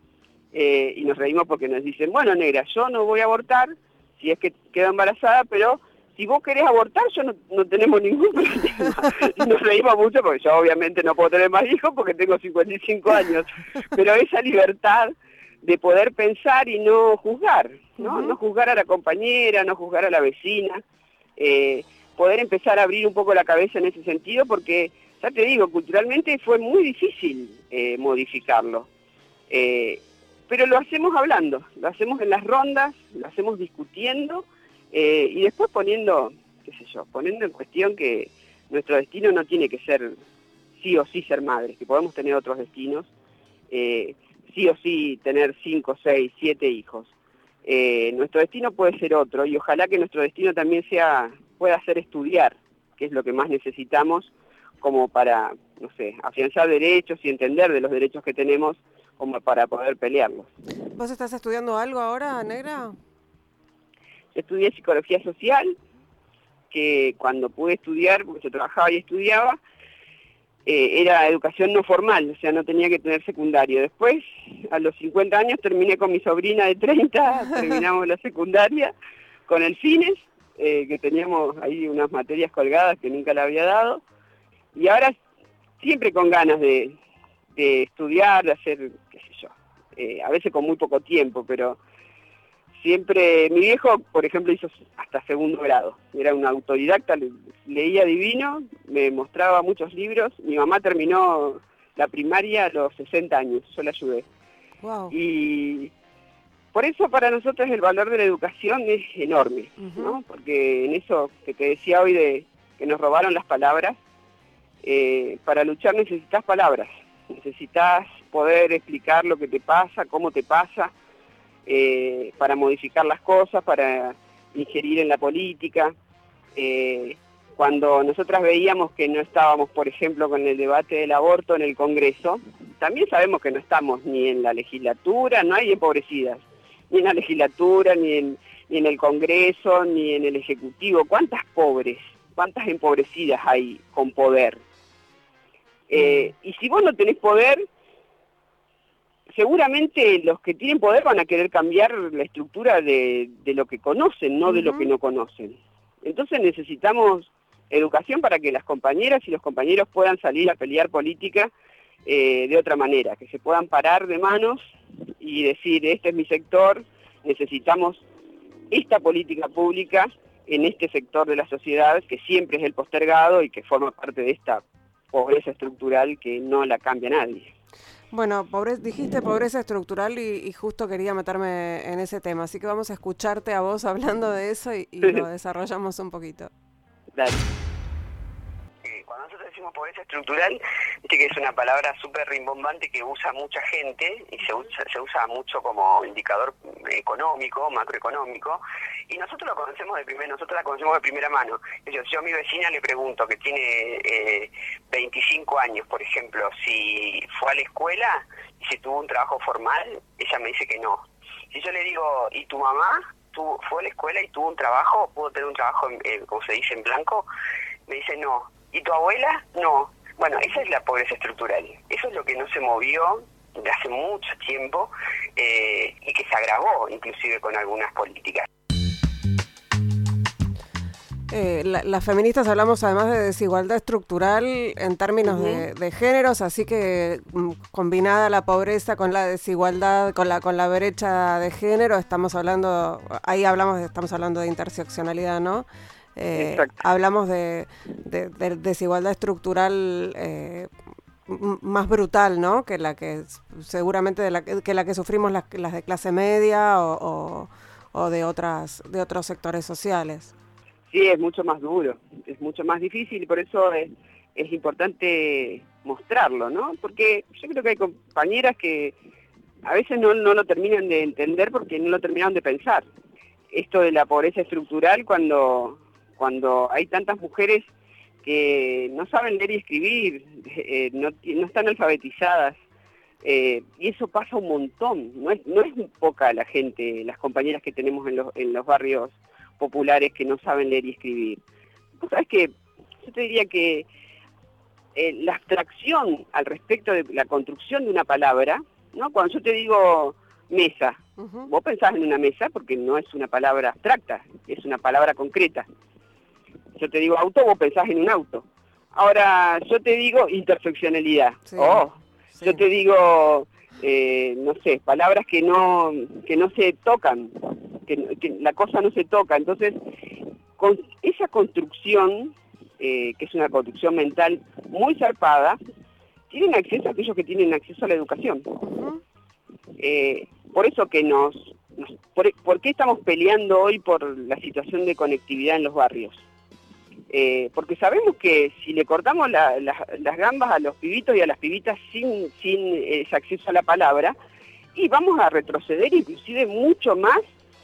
Eh, y nos reímos porque nos dicen, bueno, negra, yo no voy a abortar si es que quedo embarazada, pero si vos querés abortar, yo no, no tenemos ningún problema. Y nos reímos mucho porque yo obviamente no puedo tener más hijos porque tengo cincuenta y cinco años, pero esa libertad de poder pensar y no juzgar, ¿no? Uh-huh. No juzgar a la compañera, no juzgar a la vecina, eh, poder empezar a abrir un poco la cabeza en ese sentido, porque, ya te digo, culturalmente fue muy difícil eh, modificarlo. Eh, pero lo hacemos hablando, lo hacemos en las rondas, lo hacemos discutiendo, eh, y después poniendo, qué sé yo, poniendo en cuestión que nuestro destino no tiene que ser sí o sí ser madres, que podemos tener otros destinos, eh, sí o sí tener cinco, seis, siete hijos. Eh, nuestro destino puede ser otro, y ojalá que nuestro destino también sea pueda ser estudiar, que es lo que más necesitamos como para, no sé, afianzar derechos y entender de los derechos que tenemos como para poder pelearlos. ¿Vos estás estudiando algo ahora, negra? Estudié psicología social, que cuando pude estudiar, porque yo trabajaba y estudiaba, eh, era educación no formal, o sea, no tenía que tener secundario. Después, a los cincuenta años, terminé con mi sobrina de treinta, terminamos la secundaria con el Fines, eh, que teníamos ahí unas materias colgadas que nunca le había dado, y ahora siempre con ganas de, de estudiar, de hacer, qué sé yo, eh, a veces con muy poco tiempo, pero siempre, mi viejo, por ejemplo, hizo hasta segundo grado, era un autodidacta, le, leía divino, me mostraba muchos libros, mi mamá terminó la primaria a los sesenta años, yo la ayudé. Wow. Y por eso para nosotros el valor de la educación es enorme, uh-huh. ¿no? Porque en eso que te decía hoy de que nos robaron las palabras, eh, para luchar necesitas palabras, necesitas poder explicar lo que te pasa, cómo te pasa, eh, para modificar las cosas, para ingerir en la política. Eh, cuando nosotras veíamos que no estábamos, por ejemplo, con el debate del aborto en el Congreso, también sabemos que no estamos ni en la legislatura, no hay empobrecidas, ni en la legislatura, ni en, ni en el Congreso, ni en el Ejecutivo. ¿Cuántas pobres, cuántas empobrecidas hay con poder? Eh, y si vos no tenés poder, seguramente los que tienen poder van a querer cambiar la estructura de, de lo que conocen, no uh-huh. de lo que no conocen. Entonces necesitamos educación para que las compañeras y los compañeros puedan salir a pelear política eh, de otra manera, que se puedan parar de manos y decir, este es mi sector, necesitamos esta política pública en este sector de la sociedad que siempre es el postergado y que forma parte de esta pobreza estructural que no la cambia nadie. Bueno, pobre, dijiste pobreza estructural y, y justo quería meterme en ese tema, así que vamos a escucharte a vos hablando de eso y, y lo desarrollamos un poquito. Dale. Cuando nosotros decimos pobreza estructural, viste que es una palabra súper rimbombante que usa mucha gente y se usa, se usa mucho como indicador económico, macroeconómico, y nosotros lo conocemos de primera, nosotros la conocemos de primera mano. Yo, yo a mi vecina le pregunto, que tiene eh, veinticinco años, por ejemplo, si fue a la escuela y si tuvo un trabajo formal, ella me dice que no. Si yo le digo, ¿y tu mamá tu, fue a la escuela y tuvo un trabajo, pudo tener un trabajo, eh, como se dice, en blanco? Me dice no. ¿Y tu abuela? No. Bueno, esa es la pobreza estructural. Eso es lo que no se movió de hace mucho tiempo eh, y que se agravó inclusive con algunas políticas. Eh, la, las feministas hablamos además de desigualdad estructural en términos uh-huh. de, de géneros, así que m, combinada la pobreza con la desigualdad, con la con la brecha de género, estamos hablando, ahí hablamos, de, estamos hablando de interseccionalidad, ¿no? Eh, hablamos de, de, de desigualdad estructural eh, m- más brutal, ¿no? Que la que seguramente de la que la que sufrimos las, las de clase media o, o, o de otras de otros sectores sociales. Sí, es mucho más duro, es mucho más difícil y por eso es, es importante mostrarlo, ¿no? Porque yo creo que hay compañeras que a veces no, no lo terminan de entender porque no lo terminaron de pensar. Esto de la pobreza estructural cuando cuando hay tantas mujeres que no saben leer y escribir, eh, no, no están alfabetizadas, eh, y eso pasa un montón, no es, no es poca la gente, las compañeras que tenemos en los, en los barrios populares que no saben leer y escribir. Vos sabés que yo te diría que eh, la abstracción al respecto de la construcción de una palabra, ¿no? Cuando yo te digo mesa, uh-huh. vos pensás en una mesa porque no es una palabra abstracta, es una palabra concreta. Yo te digo auto, vos pensás en un auto. Ahora, yo te digo interseccionalidad. Sí, oh, sí. Yo te digo, eh, no sé, palabras que no que no se tocan, que, que la cosa no se toca. Entonces, con esa construcción, eh, que es una construcción mental muy zarpada, tienen acceso a aquellos que tienen acceso a la educación. Uh-huh. Eh, por eso que nos... nos por, ¿Por qué estamos peleando hoy por la situación de conectividad en los barrios? Eh, porque sabemos que si le cortamos la, la, las gambas a los pibitos y a las pibitas sin, sin ese acceso a la palabra, y vamos a retroceder inclusive mucho más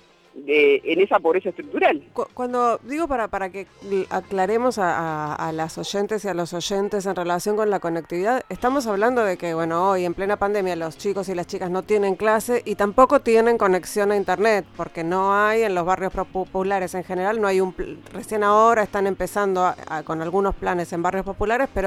de, en esa pobreza estructural. Cuando digo para, para que aclaremos a, a, a las oyentes y a los oyentes en relación con la conectividad, estamos hablando de que, bueno, hoy en plena pandemia los chicos y las chicas no tienen clase y tampoco tienen conexión a internet, porque no hay en los barrios populares en general, no hay un, recién ahora están empezando a, a, con algunos planes en barrios populares, pero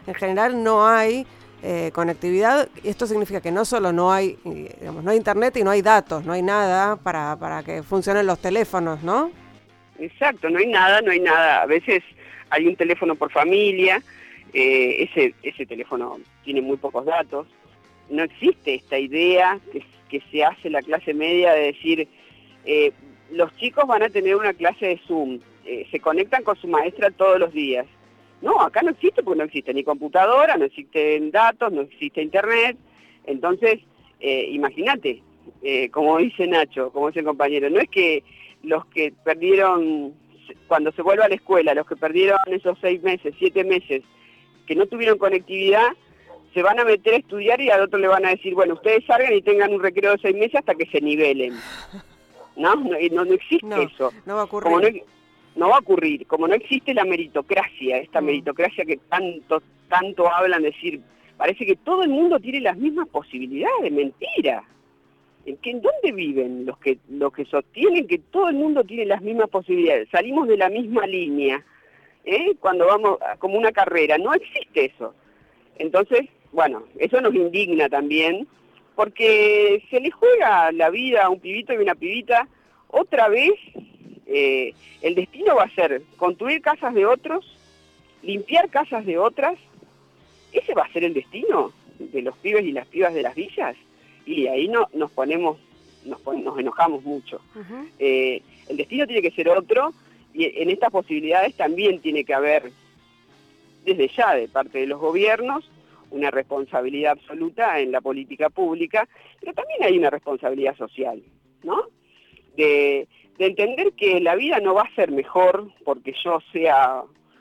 en general no hay eh, conectividad. Esto significa que no solo no hay, digamos, no hay internet y no hay datos, no hay nada para, para que funcionen los teléfonos, ¿no? Exacto, no hay nada, no hay nada. A veces hay un teléfono por familia, eh, ese, ese teléfono tiene muy pocos datos. No existe esta idea que, que se hace la clase media de decir, eh, los chicos van a tener una clase de Zoom, eh, se conectan con su maestra todos los días. No, acá no existe porque no existe ni computadora, no existen datos, no existe internet. Entonces, eh, imagínate, eh, como dice Nacho, como dice el compañero, no es que los que perdieron, cuando se vuelva a la escuela, los que perdieron esos seis meses, siete meses, que no tuvieron conectividad, se van a meter a estudiar y al otro le van a decir, bueno, ustedes salgan y tengan un recreo de seis meses hasta que se nivelen. No, no, no, no existe no, eso. No va a ocurrir. Como no, no va a ocurrir. Como no existe la meritocracia, esta mm. meritocracia que tanto, tanto hablan, decir, parece que todo el mundo tiene las mismas posibilidades, mentira. ¿En, qué, ¿En dónde viven los que, los que sostienen que todo el mundo tiene las mismas posibilidades? Salimos de la misma línea, ¿eh? Cuando vamos a, como una carrera, no existe eso. Entonces, bueno, eso nos indigna también, porque se le juega la vida a un pibito y una pibita. Otra vez, eh, el destino va a ser construir casas de otros, limpiar casas de otras. ¿Ese va a ser el destino de los pibes y las pibas de las villas? Y ahí no, nos ponemos, nos, pon, nos enojamos mucho. Uh-huh. Eh, el destino tiene que ser otro, y en estas posibilidades también tiene que haber, desde ya de parte de los gobiernos, una responsabilidad absoluta en la política pública, pero también hay una responsabilidad social, ¿no? De, de entender que la vida no va a ser mejor porque yo sea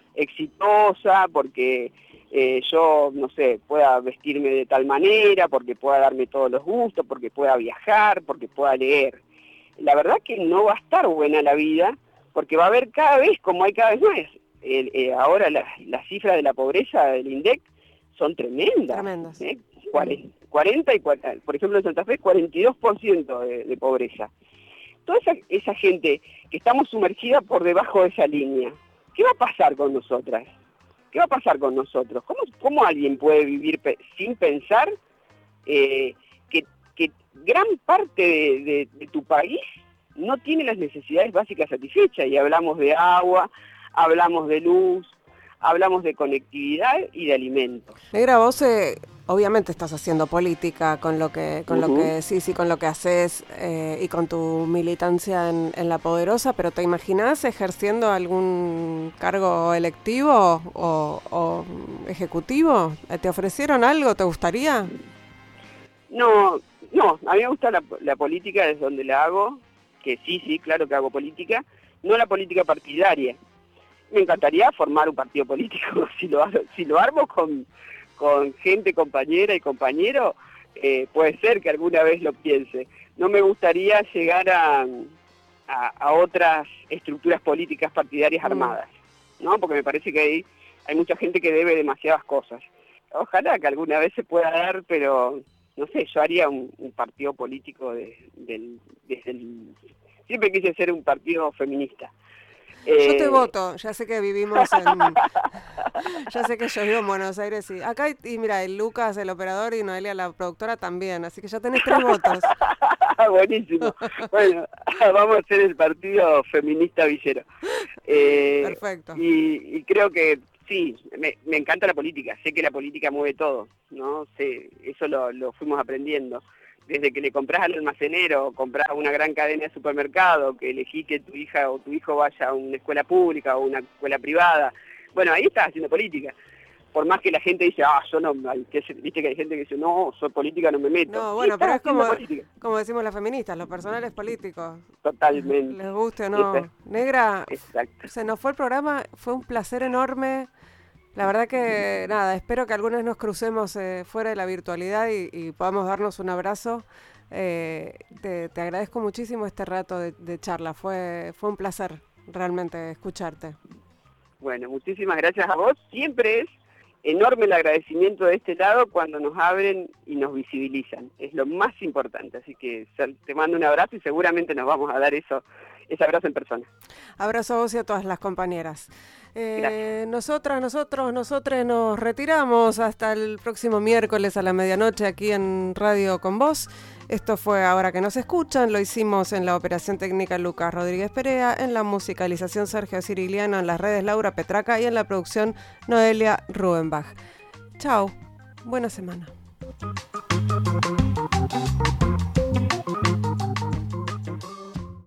exitosa, porque eh, yo, no sé, pueda vestirme de tal manera, porque pueda darme todos los gustos, porque pueda viajar, porque pueda leer. La verdad que no va a estar buena la vida, porque va a haber cada vez, como hay cada vez más, el, eh, ahora las la cifras de la pobreza del INDEC son tremendas. Tremendas. ¿eh? cuarenta y cuarenta, por ejemplo en Santa Fe, cuarenta y dos por ciento de, de pobreza. Toda esa, esa gente que estamos sumergida por debajo de esa línea, ¿qué va a pasar con nosotras? ¿Qué va a pasar con nosotros? ¿Cómo, cómo alguien puede vivir pe sin pensar eh, que, que gran parte de, de, de tu país no tiene las necesidades básicas satisfechas? Y hablamos de agua, hablamos de luz, hablamos de conectividad y de alimentos. Negra, vos eh, obviamente estás haciendo política con lo que con uh-huh. lo que decís y con lo que haces eh, y con tu militancia en, en La Poderosa, pero ¿te imaginás ejerciendo algún cargo electivo o, o ejecutivo? ¿Te ofrecieron algo? ¿Te gustaría? No, no, a mí me gusta la, la política desde donde la hago, que sí, sí, claro que hago política, no la política partidaria. Me encantaría formar un partido político, si lo, si lo armo con, con gente compañera y compañero, eh, puede ser que alguna vez lo piense. No me gustaría llegar a, a, a otras estructuras políticas partidarias armadas, ¿no? Porque me parece que hay, hay mucha gente que debe demasiadas cosas. Ojalá que alguna vez se pueda dar, pero no sé, yo haría un, un partido político de, del, desde el... Siempre quise ser un partido feminista. Yo te voto, ya sé que vivimos en... ya sé que yo vivo en Buenos Aires y acá, y, y mira, el Lucas, el operador, y Noelia, la productora, también, así que ya tenés tres votos. Buenísimo. Bueno, vamos a hacer el partido feminista villero. Eh, Perfecto. Y, y creo que sí, me, me encanta la política, sé que la política mueve todo, ¿no? Sé, eso lo, lo fuimos aprendiendo. Desde que le compras al almacenero, compras una gran cadena de supermercado, que elegís que tu hija o tu hijo vaya a una escuela pública o una escuela privada. Bueno, ahí estás haciendo política. Por más que la gente dice, ah, yo no, que, viste que hay gente que dice, no, soy política, no me meto. No, bueno, pero es como, como decimos las feministas, lo personal es político. Totalmente. Les guste o no. Exacto. Negra, Exacto. Se nos fue el programa, fue un placer enorme. La verdad que, nada, espero que alguna vez nos crucemos eh, fuera de la virtualidad y, y podamos darnos un abrazo. Eh, te, te agradezco muchísimo este rato de, de charla, fue, fue un placer realmente escucharte. Bueno, muchísimas gracias a vos. Siempre es enorme el agradecimiento de este lado cuando nos abren y nos visibilizan. Es lo más importante, así que te mando un abrazo y seguramente nos vamos a dar eso, ese abrazo en persona. Abrazo a vos y a todas las compañeras. Eh, nosotras, nosotros, nosotros nos retiramos hasta el próximo miércoles a la medianoche aquí en Radio Con Vos. Esto fue Ahora que nos escuchan. Lo hicimos en la operación técnica Lucas Rodríguez Perea, en la musicalización Sergio Cirigliano, en las redes Laura Petraca y en la producción Noelia Rubenbach. Chao, buena semana.